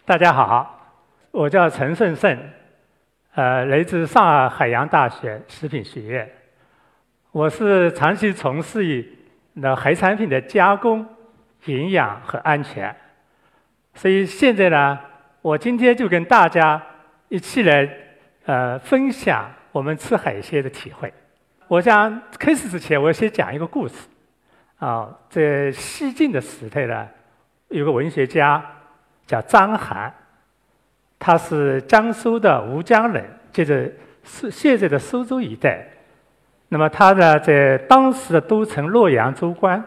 大家好，我叫陈顺胜，来自上海海洋大学食品学院。我是长期从事于海产品的加工、营养和安全，所以现在呢，我今天就跟大家一起来分享我们吃海鲜的体会。我想开始之前，我先讲一个故事。在西晋的时代呢，有个文学家叫张邯，他是江苏的吴江人，现在的苏州一带。那么他呢，在当时的都城洛阳州官，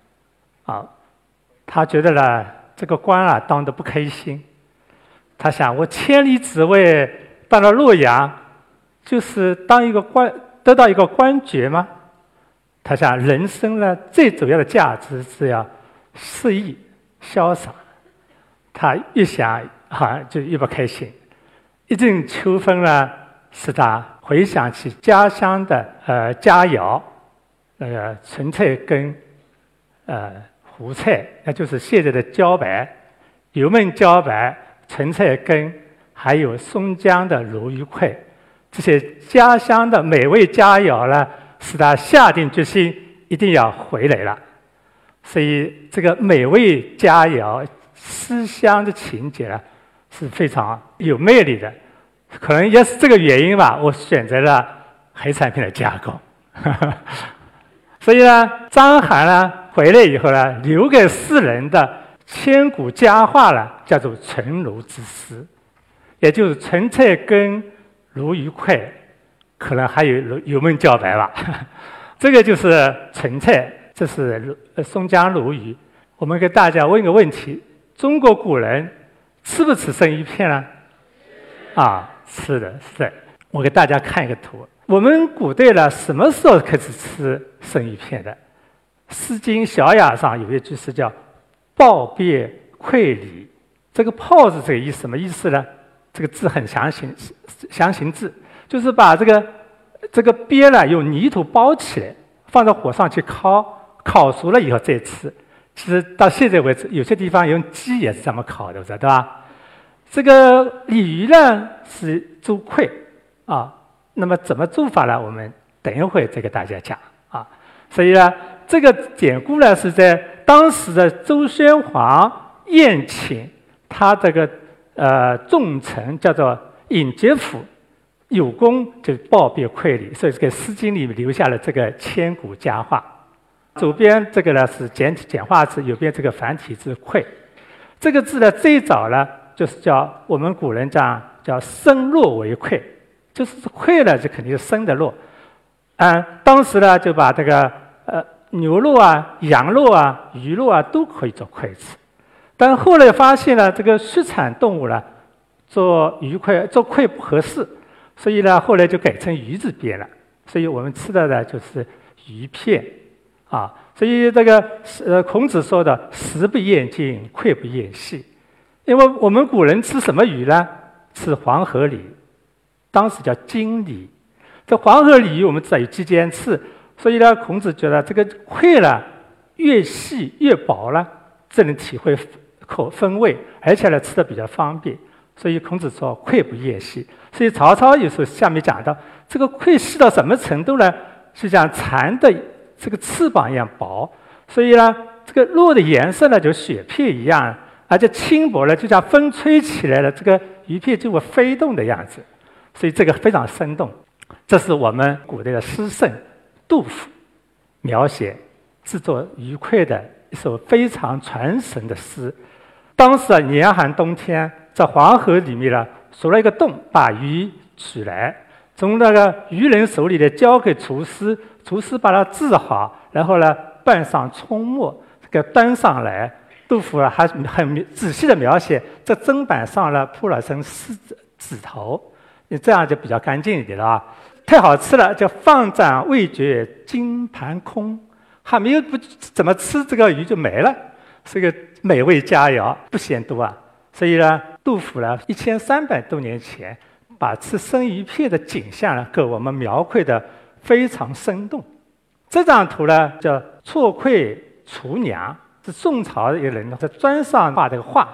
他觉得呢，这个官当得不开心。他想，我千里之外到了洛阳，就是当一个官，得到一个官爵吗？他想，人生呢，最主要的价值是要肆意潇洒。他越想，好像就越不开心。一阵秋风呢，使他回想起家乡的佳肴，那个纯菜根、胡菜，那就是现在的茭白、油焖茭白、纯菜根，还有松江的鲈鱼块，这些家乡的美味佳肴呢，使他下定决心一定要回来了。所以这个美味佳肴、思乡的情节呢，是非常有魅力的。可能也是这个原因吧，我选择了海产品的加工。所以呢，张邯呢回来以后呢，留给世人的千古佳话呢，叫做纯鲈之思，也就是纯菜根、鲈鱼块，可能还有油焖茭白吧。这个就是纯菜，这是松江鲈鱼。我们给大家问个问题：中国古人吃不吃生鱼片呢？吃的，是的。我给大家看一个图。我们古代呢，什么时候开始吃生鱼片的？《诗经·小雅》上有一句是叫“抱鳖馈鲤”。这个“抱”是这个意思，什么意思呢？这个字很象形字，就是把这个鳖呢用泥土包起来，放到火上去烤，烤熟了以后再吃。其实到现在为止，有些地方用鸡也是这么烤的，对吧？这个鲤鱼呢是做馈那么怎么做法呢？我们等一会再给大家讲所以呢，这个典故呢是在当时的周宣王宴请他这个重臣叫做尹杰甫，有功就抱鳖馈鲤，所以这个《诗经》里面留下了这个千古佳话。左边这个呢是简化字，右边这个繁体字馈。这个字呢最早呢就是叫我们古人讲叫生肉为馈，就是馈呢就肯定是生的肉。当时呢就把这个牛肉羊肉鱼肉都可以做馈吃。但后来发现呢，这个畜产动物呢做馈不合适，所以呢后来就改成鱼字边了。所以我们吃的呢就是鱼片所以这个孔子说的“食不厌精，脍不厌细”。因为我们古人吃什么鱼呢？吃黄河鲤，当时叫金鲤。这黄河鲤鱼我们知道有肌间刺，所以呢，孔子觉得这个脍呢越细越薄呢，这能体会风味，而且呢吃的比较方便。所以孔子说“脍不厌细”。所以曹操有时候下面讲到这个脍细到什么程度呢？是像蝉的这个翅膀一样薄，所以呢，这个肉的颜色呢就雪片一样，而且轻薄了，就像风吹起来了，这个鱼片就会飞动的样子，所以这个非常生动。这是我们古代的诗圣杜甫描写制作鱼块的一首非常传神的诗。当时严寒冬天，在黄河里面呢凿了一个洞，把鱼取来，从那个渔人手里呢交给厨师，厨师把它治好，然后呢拌上葱末，给端上来。杜甫还很仔细的描写，这砧板上呢铺了层狮子指头，这样就比较干净一点了太好吃了，就放盏未觉金盘空，还没有不怎么吃这个鱼就没了，是个美味佳肴，不嫌多所以呢，杜甫呢1300多年前把吃生鱼片的景象呢给我们描绘的非常生动。这张图呢叫错愧厨娘，是宋朝的一个人在砖上画这个画，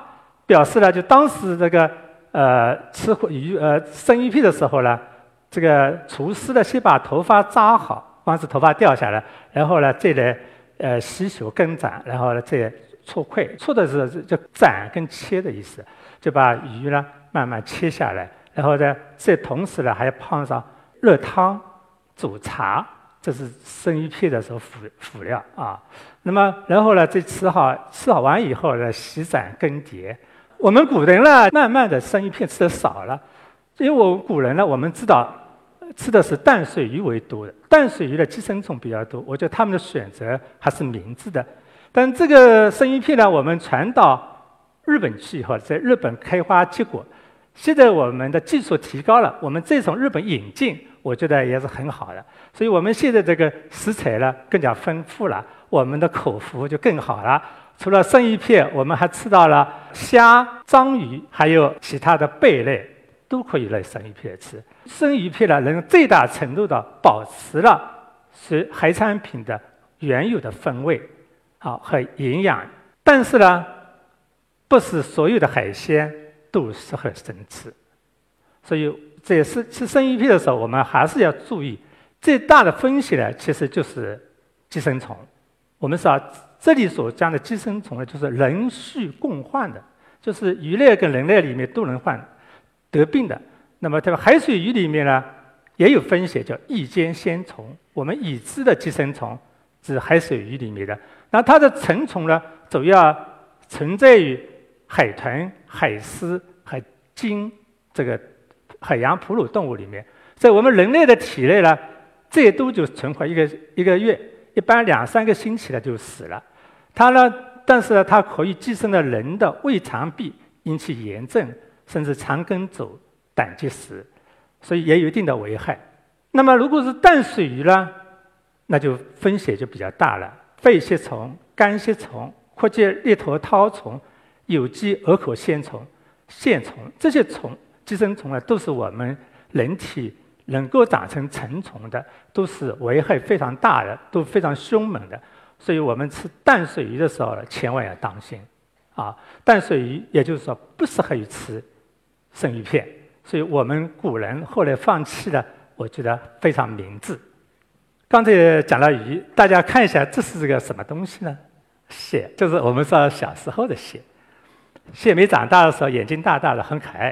表示呢，就当时这个吃生鱼片的时候呢，这个厨师呢先把头发扎好，防止头发掉下来，然后呢再来洗手更斩，然后呢再搓块，搓的是就斩跟切的意思，就把鱼呢慢慢切下来，然后呢这同时呢还要泡上热汤煮茶，这是生鱼片的时候辅料啊。那么然后呢再吃好完以后呢洗斩更迭。我们古人呢慢慢的生鱼片吃的少了，因为我们古人呢我们知道吃的是淡水鱼为多的，淡水鱼的寄生虫比较多，我觉得他们的选择还是明智的。但这个生鱼片呢，我们传到日本去以后，在日本开花结果。现在我们的技术提高了，我们再从日本引进，我觉得也是很好的。所以我们现在这个食材呢更加丰富了，我们的口福就更好了。除了生鱼片，我们还吃到了虾、章鱼，还有其他的贝类，都可以来生鱼片吃。生鱼片呢，能最大程度的保持了是海产品的原有的风味和营养，但是呢，不是所有的海鲜都适合生吃，所以这也是吃生鱼片的时候，我们还是要注意最大的风险呢，其实就是寄生虫。我们说这里所讲的寄生虫呢，就是人畜共患的，就是鱼类跟人类里面都能得病的。那么这个海水鱼里面呢，也有风险，叫异尖仙虫。我们已知的寄生虫是海水鱼里面的，那它的成虫呢，主要存在于海豚、海狮、海鲸这个海洋哺乳动物里面。在我们人类的体内呢，最多就存活一个月，一般2-3个星期呢就死了。它呢，但是呢，它可以寄生到人的胃肠壁，引起炎症，甚至肠梗阻、胆结石，所以也有一定的危害。那么如果是淡水鱼呢，那就风险就比较大了。肺吸虫、肝吸虫、阔节裂头绦虫、有机鹅口线虫这些寄生虫呢，都是我们人体能够长成成虫的，都是危害非常大的，都非常凶猛的。所以我们吃淡水鱼的时候呢，千万要当心淡水鱼也就是说不适合于吃生鱼片，所以我们古人后来放弃了，我觉得非常明智。刚才讲了鱼，大家看一下这是个什么东西呢？蟹，就是我们说小时候的蟹。蟹没长大的时候眼睛大大的，很可爱。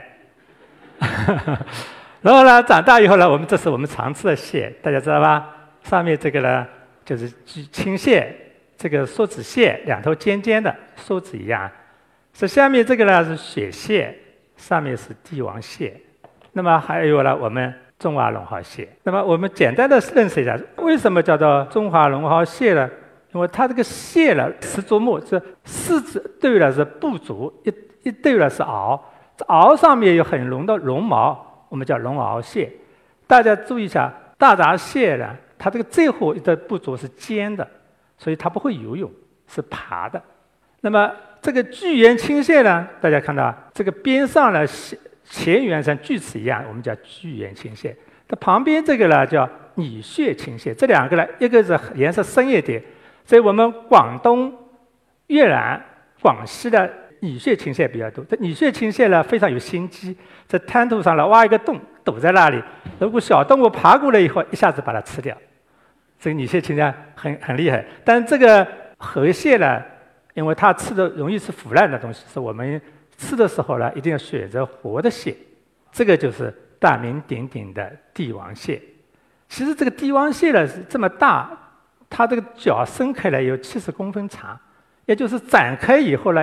然后呢，长大以后呢，这是我们常吃的蟹，大家知道吧？上面这个呢就是青蟹，这个梭子蟹，两头尖尖的，梭子一样。下面这个呢是雪蟹，上面是帝王蟹。那么还有呢，我们中华龙虾蟹。那么我们简单的认识一下，为什么叫做中华龙虾蟹呢？因为它这个蟹呢，十足目是四只对了是步足，一对了是螯，螯上面有很浓的绒毛，我们叫绒螯蟹。大家注意一下，大闸蟹呢，它这个最后的步足是尖的，所以它不会游泳，是爬的。那么这个巨源青蟹呢，大家看到这个边上呢，前缘像锯齿一样，我们叫巨源青蟹。它旁边这个呢叫拟穴青蟹，这两个呢，一个是颜色深一点，所以我们广东、越南、广西的拟穴青蟹比较多。这拟穴青蟹呢非常有心机，在滩涂上呢挖一个洞，躲在那里。如果小动物爬过来以后，一下子把它吃掉。这个拟穴青蟹很厉害。但这个河蟹呢，因为它容易吃腐烂的东西，是我们吃的时候呢，一定要选择活的蟹。这个就是大名鼎鼎的帝王蟹。其实这个帝王蟹呢是这么大，它这个脚伸开来有70公分长，也就是展开以后呢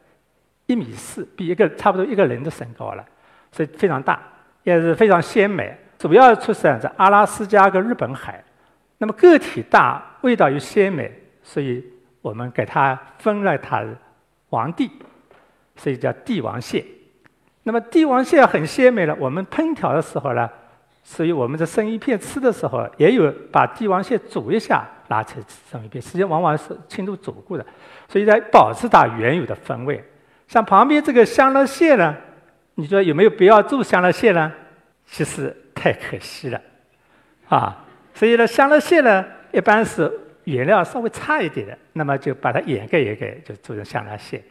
，1.4米，比差不多一个人的身高了，所以非常大，也是非常鲜美。主要出产在阿拉斯加跟日本海。那么个体大，味道又鲜美，所以我们给它分了它王帝，所以叫帝王蟹。那么帝王蟹很鲜美了，我们烹调的时候呢，所以我们的生鱼片吃的时候也有把帝王蟹煮一下拿起来吃生鱼片，实际上往往是轻度煮过的，所以在保持它原有的风味。像旁边这个香辣蟹呢，你说有没有必要做香辣蟹呢？其实太可惜了所以呢，香辣蟹呢一般是原料稍微差一点的，那么就把它掩盖就做成香辣蟹。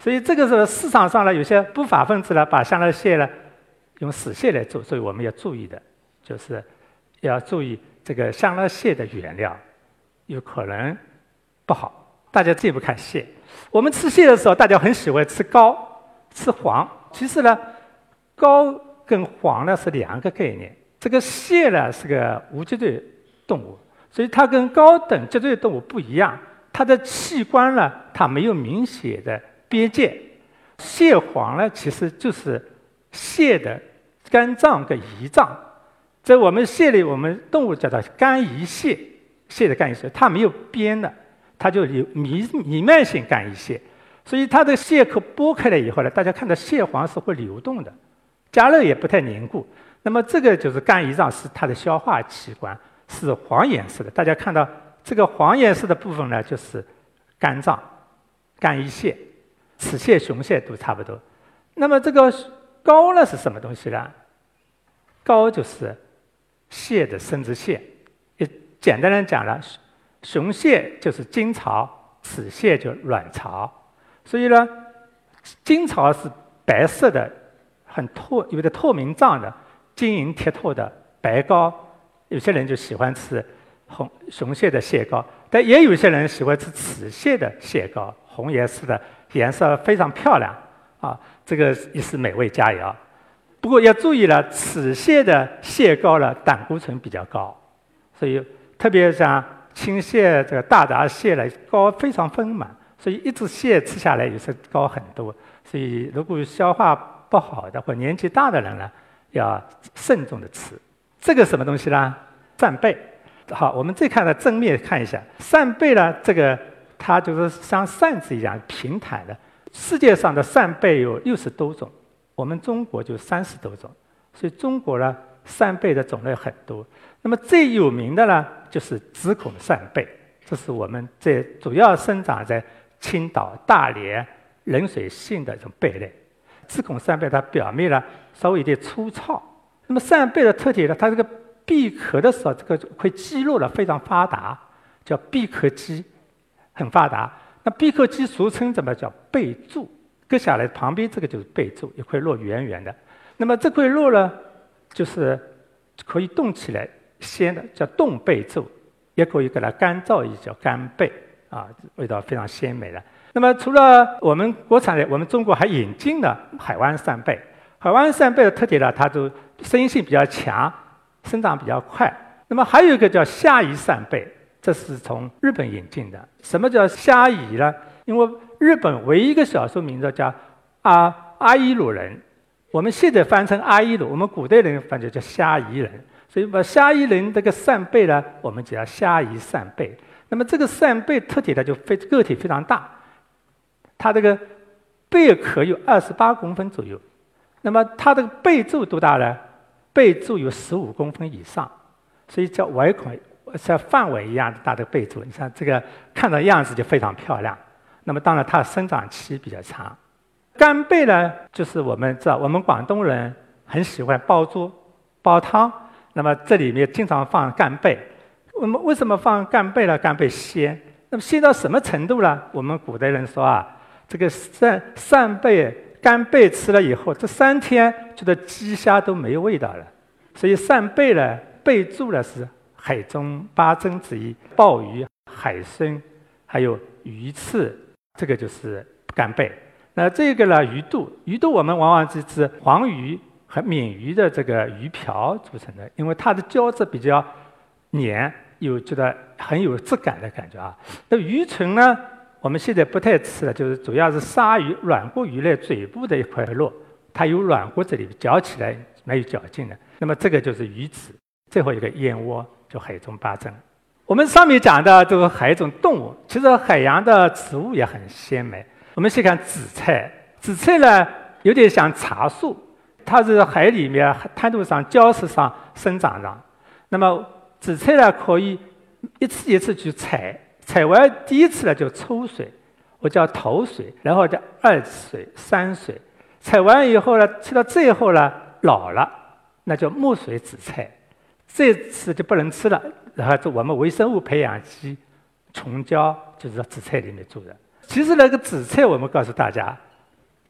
所以这个时候市场上呢，有些不法分子呢，把香辣蟹呢用死蟹来做，所以我们要注意的，就是要注意这个香辣蟹的原料有可能不好。大家戒不看蟹，我们吃蟹的时候，大家很喜欢吃膏、吃黄，其实呢，膏跟黄呢是两个概念。这个蟹呢是个无脊椎动物，所以它跟高等脊椎动物不一样，它的器官呢它没有明显的边界。蟹黄呢其实就是蟹的肝脏跟胰脏，在我们蟹里，我们动物叫做肝胰蟹，蟹的肝胰蟹它没有边的，它就有弥漫性肝胰蟹，所以它的蟹壳剥开了以后呢，大家看到蟹黄是会流动的，加热也不太凝固。那么这个就是肝胰脏，是它的消化器官，是黄颜色的。大家看到这个黄颜色的部分呢，就是肝脏、肝胰蟹、雌蟹、雄蟹都差不多。那么这个膏呢是什么东西呢？膏就是蟹的生殖腺。也简单的讲了，雄蟹就是精巢，雌蟹就卵巢。所以呢，精巢是白色的，有点透明状的。晶莹剔透的白膏，有些人就喜欢吃雄蟹的蟹膏，但也有些人喜欢吃雌蟹的蟹膏，红颜色的，颜色非常漂亮啊，这个也是美味佳肴。不过要注意了，雌蟹的蟹膏呢，胆固醇比较高，所以特别像青蟹、这个大闸蟹呢，膏非常丰满，所以一只蟹吃下来有时膏很多，所以如果消化不好的或年纪大的人呢，要慎重的吃。这个什么东西呢？扇贝。好，我们再看到正面看一下，扇贝呢，这个它就是像扇子一样平坦的。世界上的扇贝有60多种，我们中国就30多种，所以中国呢扇贝的种类很多。那么最有名的呢就是紫孔扇贝，这是我们主要生长在青岛、大连冷水性的这种贝类。紫孔扇贝它表面呢稍微有点粗糙，那么扇贝的特点呢，它这个闭壳的时候，这个会肌肉呢非常发达，叫闭壳肌，很发达。那闭壳肌俗称怎么叫贝柱？割下来旁边这个就是贝柱，一块肉圆圆的。那么这块肉呢，就是可以冻起来鲜的，叫冻贝柱，也可以给它干燥一叫干贝啊，味道非常鲜美的。那么除了我们国产的，我们中国还引进了海湾扇贝。海湾扇贝的特点呢，它就适应性比较强，生长比较快。那么还有一个叫虾夷扇贝，这是从日本引进的。什么叫虾夷呢？因为日本唯一一个少数民族叫阿伊鲁人，我们现在翻成阿伊鲁，我们古代人翻就叫虾夷人。所以把虾夷人这个扇贝呢，我们叫虾夷扇贝。那么这个扇贝特点呢，就个体非常大。它这个贝壳有28公分左右，那么它这个贝柱多大呢？贝柱有15公分以上，所以叫唯恐像范围一样的大的贝柱。你看这个看到样子就非常漂亮。那么当然它的生长期比较长。干贝呢，就是我们知道我们广东人很喜欢煲粥、煲汤，那么这里面经常放干贝。我们为什么放干贝呢？干贝鲜。那么鲜到什么程度呢？我们古代人说啊，这个干贝吃了以后，这3天觉得鸡虾都没有味道了。所以扇贝呢，贝柱呢是海中8珍之一，鲍鱼、海参，还有鱼翅，这个就是干贝。那这个呢，鱼肚我们往往是指黄鱼和鲶鱼的这个鱼鳔组成的，因为它的胶质比较黏，觉得很有质感的感觉啊。那鱼唇呢，我们现在不太吃了，就是主要是鲨鱼、软骨鱼类嘴部的一块肉，它有软骨这里嚼起来没有嚼劲的。那么这个就是鱼子。最后一个燕窝，就海中8珍。我们上面讲的这个海中动物，其实海洋的植物也很鲜美。我们先看紫菜，紫菜呢有点像茶树，它是海里面滩涂上、礁石上生长的。那么紫菜呢，可以一次一次去采，采完第一次呢就抽水，我叫头水，然后叫2水、3水，采完以后呢，吃到最后呢老了，那叫木水紫菜，这次就不能吃了。然后我们微生物培养基虫胶就是在紫菜里面做的。其实那个紫菜，我们告诉大家，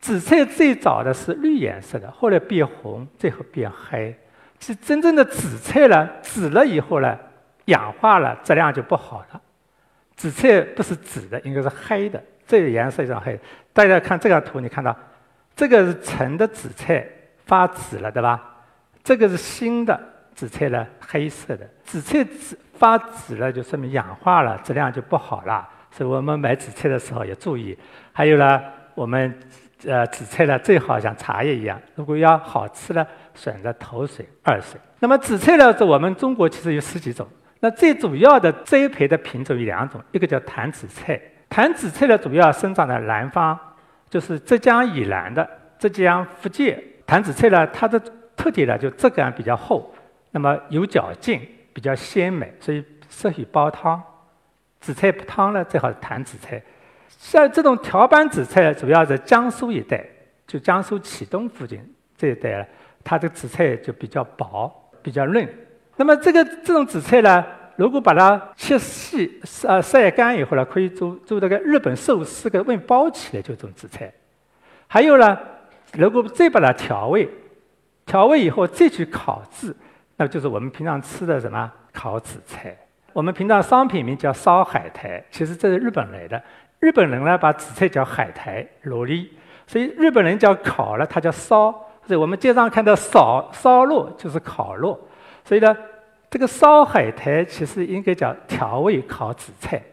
紫菜最早的是绿颜色的，后来变红，最后变黑。是真正的紫菜呢，紫了以后呢，氧化了，质量就不好了。紫菜不是紫的，应该是黑的，这个颜色是黑的。大家看这张图，你看到这个是陈的紫菜发紫了，对吧？这个是新的紫菜呢，黑色的。紫菜发紫了，就说明氧化了，质量就不好了。所以我们买紫菜的时候也注意。还有呢，我们紫菜呢最好像茶叶一样，如果要好吃呢，选择头水、二水。那么紫菜呢，在我们中国其实有10几种。那最主要的栽培的品种有2种，一个叫坛紫菜。坛紫菜呢，主要生长在南方，就是浙江以南的浙江、福建。坛紫菜呢，它的特点呢就质感比较厚，那么有嚼劲，比较鲜美，所以适合煲汤。紫菜汤呢，最好是坛紫菜。像这种条斑紫菜，主要在江苏一带，就江苏启东附近这一带，它的紫菜就比较薄，比较嫩。那么这种紫菜呢，如果把它切细，晒干以后呢，可以做这个日本寿司给焖包起来，就这种紫菜。还有呢，如果再把它调味以后再去烤制，那就是我们平常吃的什么烤紫菜。我们平常商品名叫烧海苔，其实这是日本来的。日本人呢把紫菜叫海苔、萝莉，所以日本人叫烤了，它叫烧。所以我们街上看到烧肉就是烤肉。所以呢，这个烧海苔其实应该叫调味烤紫菜，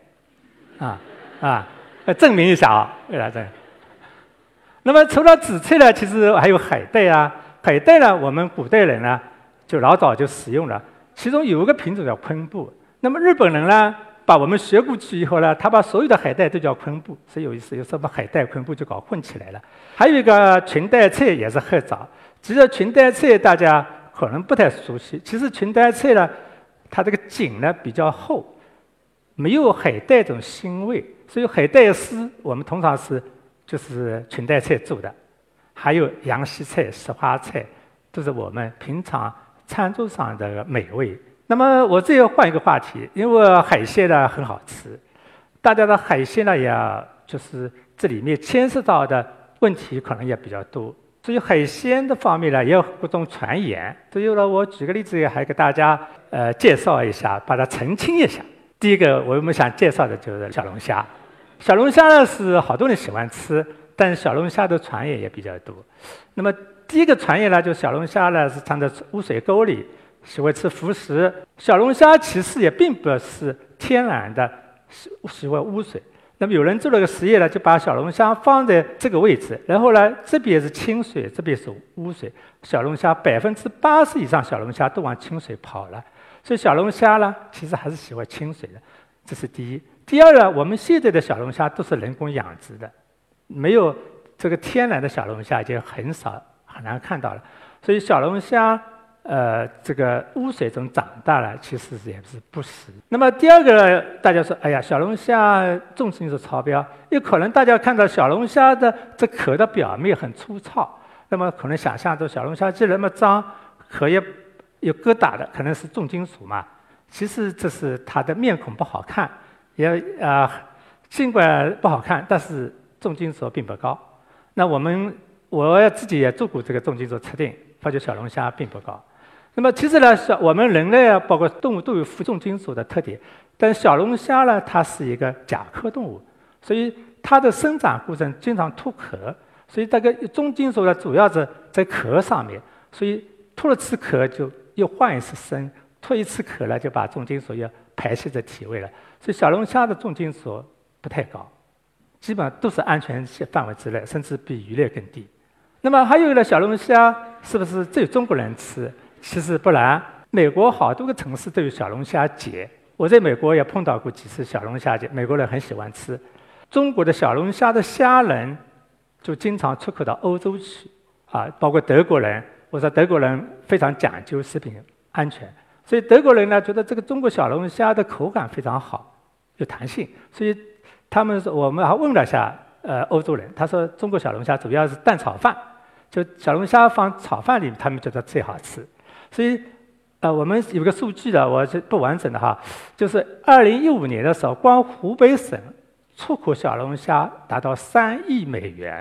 证明一下啊，为了这个。那么除了紫菜呢，其实还有海带啊。海带呢，我们古代人呢就老早就使用了，其中有一个品种叫昆布。那么日本人呢，把我们学过去以后呢，他把所有的海带都叫昆布，所以有意思，有时候把海带、昆布就搞混起来了。还有一个裙带菜也是很早，其实裙带菜大家可能不太熟悉。其实裙带菜呢，它这个茎呢比较厚，没有海带这种腥味，所以海带丝我们通常就是裙带菜做的。还有洋西菜、石花菜，都是我们平常餐桌上的美味。那么我这要换一个话题，因为海鲜呢很好吃，大家的海鲜呢也就是这里面牵涉到的问题可能也比较多，所以海鲜的方面呢也有各种传言。所以呢，我举个例子，还给大家介绍一下，把它澄清一下。第一个我们想介绍的就是小龙虾。小龙虾呢是好多人喜欢吃，但是小龙虾的传言也比较多。那么第一个传言呢，就小龙虾呢是藏在污水沟里，喜欢吃浮食。小龙虾其实也并不是天然的喜欢污水。那么有人做了个实验呢，就把小龙虾放在这个位置，然后呢这边是清水，这边是污水。小龙虾80%以上小龙虾都往清水跑了，所以小龙虾呢其实还是喜欢清水的，这是第一。第二呢，我们现在的小龙虾都是人工养殖的，没有这个天然的小龙虾已经很少很难看到了，所以小龙虾这个污水中长大了，其实也是不实。那么第二个，大家说，哎呀，小龙虾重金属超标，有可能大家看到小龙虾的这壳的表面很粗糙，那么可能想象中小龙虾既然那么脏，壳也有疙瘩的，可能是重金属嘛。其实这是它的面孔不好看，也尽管不好看，但是重金属并不高。那我自己也做过这个重金属测定，发觉小龙虾并不高。那么其实呢，我们人类啊，包括动物都有负重金属的特点，但小龙虾呢，它是一个甲壳动物，所以它的生长过程经常脱壳，所以这个重金属呢，主要是在壳上面，所以脱了次壳就又换一次生，脱一次壳呢，就把重金属又排泄在体外了。所以小龙虾的重金属不太高，基本上都是安全范围之内，甚至比鱼类更低。那么还有呢，小龙虾是不是只有中国人吃？其实不然，美国好多个城市都有小龙虾节。我在美国也碰到过几次小龙虾节，美国人很喜欢吃。中国的小龙虾的虾仁就经常出口到欧洲去，包括德国人。我说德国人非常讲究食品安全，所以德国人呢觉得这个中国小龙虾的口感非常好，有弹性，所以他们说，我们还问了下欧洲人，他说中国小龙虾主要是蛋炒饭，就小龙虾放炒饭里，他们觉得最好吃。所以我们有个数据的，我是不完整的哈，就是2015年的时候，光湖北省出口小龙虾达到3亿美元，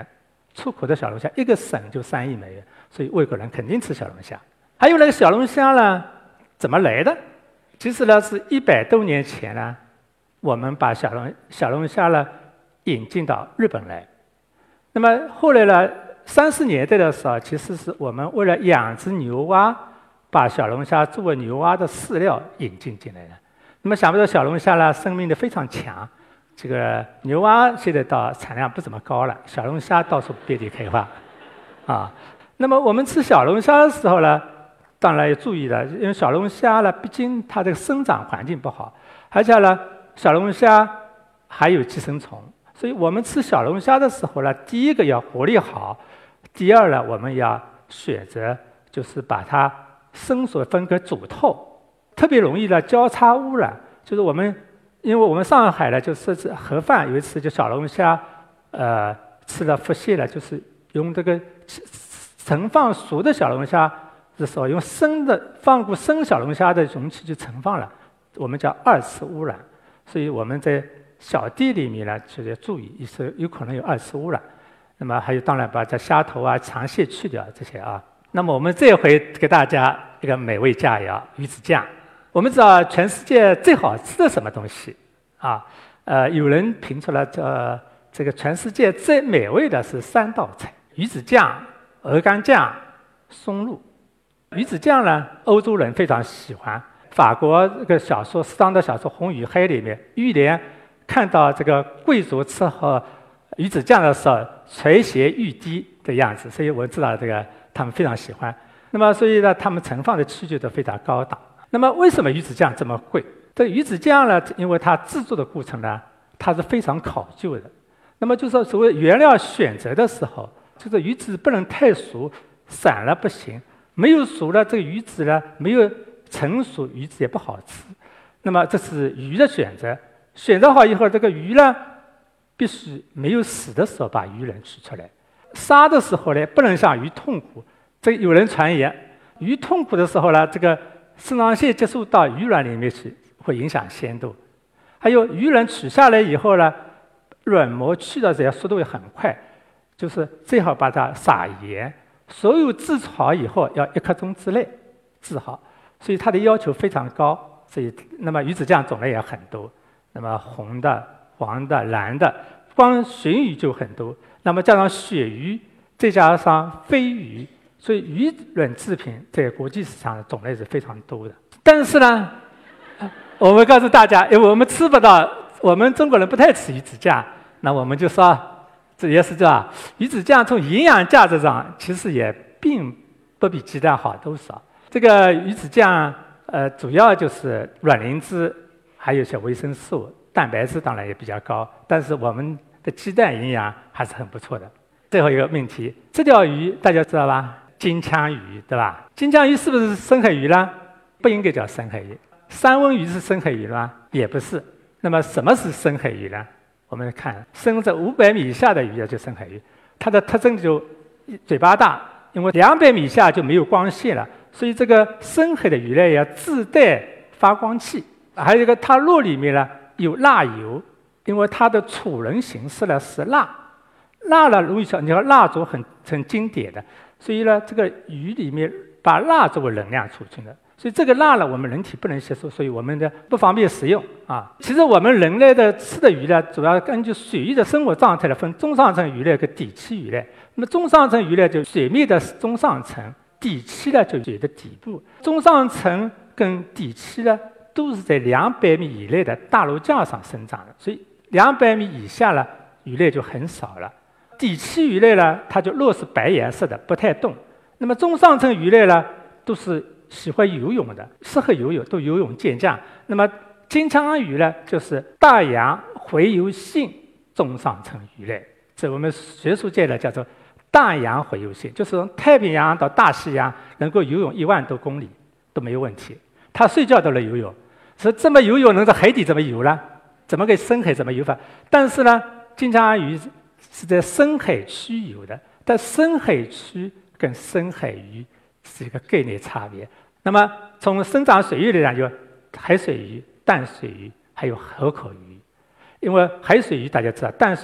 出口的小龙虾一个省就3亿美元，所以外国人肯定吃小龙虾。还有那个小龙虾呢，怎么来的？其实呢，是100多年前呢，我们把小龙虾呢引进到日本来。那么后来呢，30年代的时候，其实是我们为了养殖牛蛙，把小龙虾作为牛蛙的饲料引进进来的。那么想不到小龙虾呢，生命力非常强。这个牛蛙现在到产量不怎么高了，小龙虾到处遍地开花，啊。那么我们吃小龙虾的时候呢，当然要注意了，因为小龙虾呢，毕竟它这个生长环境不好，而且呢，小龙虾还有寄生虫，所以我们吃小龙虾的时候呢，第一个要活力好，第二呢，我们要选择就是把它生熟分给煮透，特别容易呢交叉污染，就是因为我们上海呢就设置盒饭，有一次就小龙虾，吃了腹泻了，就是用这个盛放熟的小龙虾的时候，用放过生小龙虾的容器去盛放了，我们叫2次污染。所以我们在小店里面呢，就要注意，是有可能有2次污染。那么还有，当然把这虾头啊、肠蟹去掉这些啊。那么我们这回给大家一个美味佳肴——鱼子酱。我们知道全世界最好吃的什么东西啊？有人评出了这个全世界最美味的是3道菜：鱼子酱、鹅肝酱、松露。鱼子酱呢，欧洲人非常喜欢。法国这个小说适当的小说《红与黑》里面，玉莲看到这个贵族吃喝鱼子酱的时候，垂涎欲滴的样子，所以我知道这个他们非常喜欢。那么所以呢，他们盛放的器具都非常高档。那么为什么鱼子酱这么贵？这鱼子酱呢，因为它制作的过程呢，它是非常考究的。那么就是说，所谓原料选择的时候，就是鱼子不能太熟，散了不行；没有熟了，这个鱼子呢没有成熟，鱼子也不好吃。那么这是鱼的选择，选择好以后，这个鱼呢必须没有死的时候把鱼鳞取出来。杀的时候呢，不能像鱼痛苦。这有人传言，鱼痛苦的时候呢，这个肾上腺接触到鱼卵里面去，会影响鲜度。还有鱼卵取下来以后呢，软膜去的时候速度也很快，就是最好把它撒盐，所有制好以后要1刻钟之内制好，所以它的要求非常高。所以，那么鱼子酱种类也很多，那么红的、黄的、蓝的，光鲟鱼就很多。那么加上鳕鱼，再加上鲱鱼，所以鱼卵制品在国际市场的种类是非常多的。但是呢，我们告诉大家，因为我们吃不到，我们中国人不太吃鱼子酱，那我们就说，这也是这样。鱼子酱从营养价值上，其实也并不比鸡蛋好多少。这个鱼子酱，主要就是卵磷脂，还有一些维生素、蛋白质，当然也比较高。但是我们的鸡蛋营养还是很不错的。最后一个命题，这条鱼大家知道吧？金枪鱼，对吧？金枪鱼是不是深海鱼呢？不应该叫深海鱼。三文鱼是深海鱼吗？也不是。那么什么是深海鱼呢？我们看，深在500米以下的鱼叫深海鱼，它的特征就嘴巴大，因为200米以下就没有光线了，所以这个深海的鱼呢要自带发光器。还有一个，它肉里面呢有蜡油，因为它的储能形式呢是蜡，蜡呢容易你看蜡烛很经典的，所以呢这个鱼里面把蜡作为能量储存的。所以这个蜡呢，我们人体不能吸收，所以我们的不方便食用啊。其实我们人类的吃的鱼呢，主要根据水域的生活状态来分中上层鱼类跟底栖鱼类。那么中上层鱼类就水面的中上层，底栖呢就水的底部。中上层跟底栖呢都是在200米以内的大陆架上生长的，所以200米以下呢鱼类就很少了。底栖鱼类呢，它就肉是白颜色的，不太动。那么中上层鱼类呢，都是喜欢游泳的，适合游泳，都游泳健将。那么金枪鱼呢，就是大洋洄游性中上层鱼类，这我们学术界呢叫做大洋洄游性，就是从太平洋到大西洋能够游泳1万多公里都没有问题。它睡觉都能游泳，所以这么游泳能在海底怎么游呢？怎么个深海怎么游法？但是呢，金枪鱼是在深海区游的，但深海区跟深海鱼是一个概念差别。那么从生长水域来讲，有海水鱼、淡水鱼，还有河口鱼。因为海水鱼大家知道，淡水鱼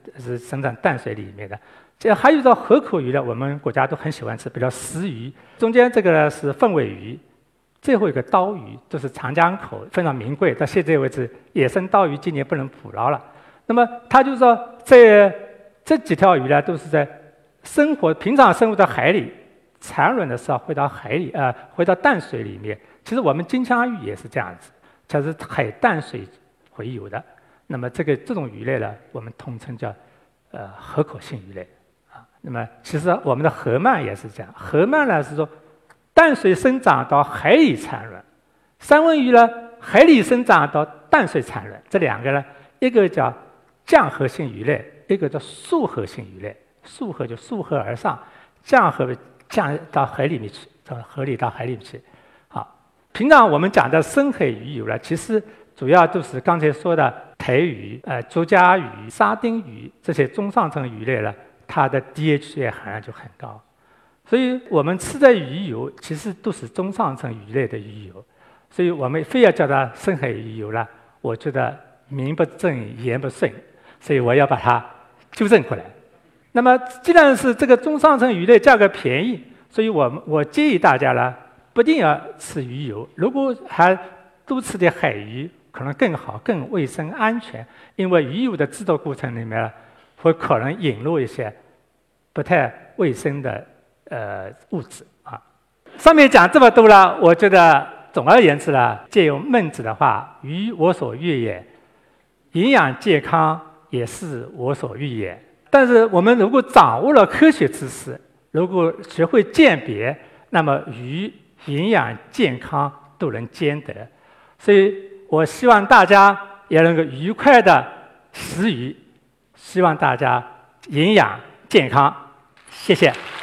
是生长淡水里面的。这还有一种河口鱼呢，我们国家都很喜欢吃，比如石鱼。中间这个呢是凤尾鱼，最后一个刀鱼，这是长江口非常名贵，到现在为止野生刀鱼今年不能捕捞了。那么他就说这几条鱼呢都是在平常生活在海里，产卵的时候会到海里会到淡水里面。其实我们金枪鱼也是这样子，它是海淡水会有的。那么这种鱼类呢，我们统称叫河口性鱼类啊。那么其实我们的河鳗也是这样，河鳗呢是说淡水生长到海里产卵，三文鱼呢海里生长到淡水产卵。这两个呢，一个叫降河性鱼类，一个叫溯河性鱼类。溯河就溯河而上，降河降到海里面去，从河里到海里面去。好，平常我们讲的深海鱼油呢，其实主要都是刚才说的台鱼、竹荚鱼、沙丁鱼这些中上层鱼类呢，它的 DHA 含量就很高。所以我们吃的鱼油其实都是中上层鱼类的鱼油，所以我们非要叫它深海鱼油呢，我觉得名不正言不顺，所以我要把它纠正过来。那么既然是这个中上层鱼类价格便宜，所以我建议大家呢，不一定要吃鱼油，如果还多吃点海鱼，可能更好、更卫生安全。因为鱼油的制作过程里面呢，会可能引入一些不太卫生的物质啊。上面讲这么多了，我觉得总而言之呢，借用孟子的话：“鱼我所欲也，营养健康也是我所欲也。”但是我们如果掌握了科学知识，如果学会鉴别，那么鱼营养健康都能兼得。所以我希望大家也能够愉快的食鱼，希望大家营养健康。谢谢。